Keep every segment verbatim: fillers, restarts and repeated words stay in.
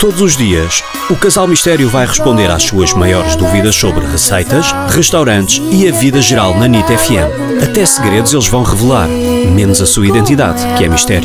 Todos os dias, o Casal Mistério vai responder às suas maiores dúvidas sobre receitas, restaurantes e a vida geral na N I T F M. Até segredos eles vão revelar, menos a sua identidade, que é mistério.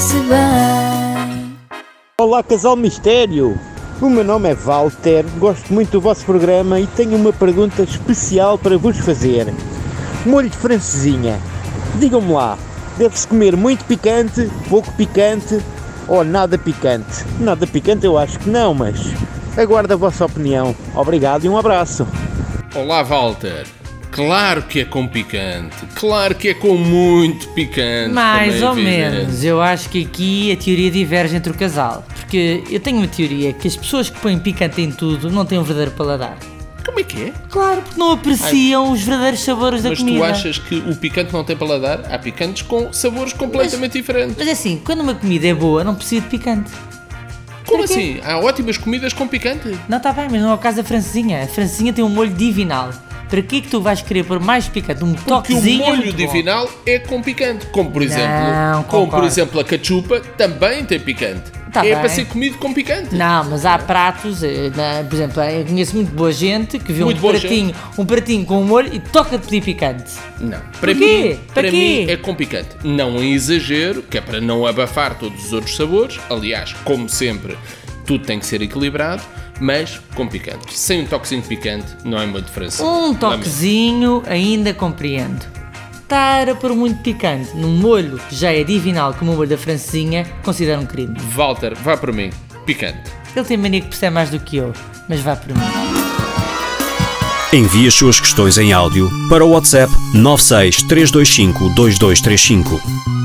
Olá, Casal Mistério! O meu nome é Walter, gosto muito do vosso programa e tenho uma pergunta especial para vos fazer. Molho de francesinha. Digam-me lá, deve-se comer muito picante, pouco picante ou nada picante? Nada picante eu acho que não, mas aguardo a vossa opinião. Obrigado e um abraço. Olá, Walter. Claro que é com picante. Claro que é com muito picante. Mais ou é menos. Eu acho que aqui a teoria diverge entre o casal. Porque eu tenho uma teoria que as pessoas que põem picante em tudo não têm um verdadeiro paladar. Como é que é? Claro, porque não apreciam Ai, os verdadeiros sabores da mas comida. Mas tu achas que o picante não tem paladar? Há picantes com sabores completamente mas, diferentes. Mas assim, quando uma comida é boa, não precisa de picante. Como assim? Há ótimas comidas com picante? Não, está bem, mas não é o caso da francesinha. A francesinha tem um molho divinal. Para que é que tu vais querer pôr mais picante? Um toquezinho. Porque o molho divinal é com picante. Como por exemplo, não, como por exemplo a cachupa também tem picante. Tá é bem. para ser comido com picante. Não, mas há pratos, por exemplo, eu conheço muito boa gente que vê um pratinho, um pratinho com um molho e toca de pedir picante. Não, para mim, para mim é com picante. Não em exagero, que é para não abafar todos os outros sabores. Aliás, como sempre, tudo tem que ser equilibrado, mas com picante. Sem um toquezinho de picante, não é molho de francesinha. Um toquezinho ainda compreendo. Estar a pôr muito picante num molho que já é divinal como o molho da francesinha, considero um crime. Walter, vá por mim. Picante. Ele tem mania que percebe mais do que eu, mas vá por mim. Envie as suas questões em áudio para o WhatsApp nove seis três dois cinco dois dois três cinco.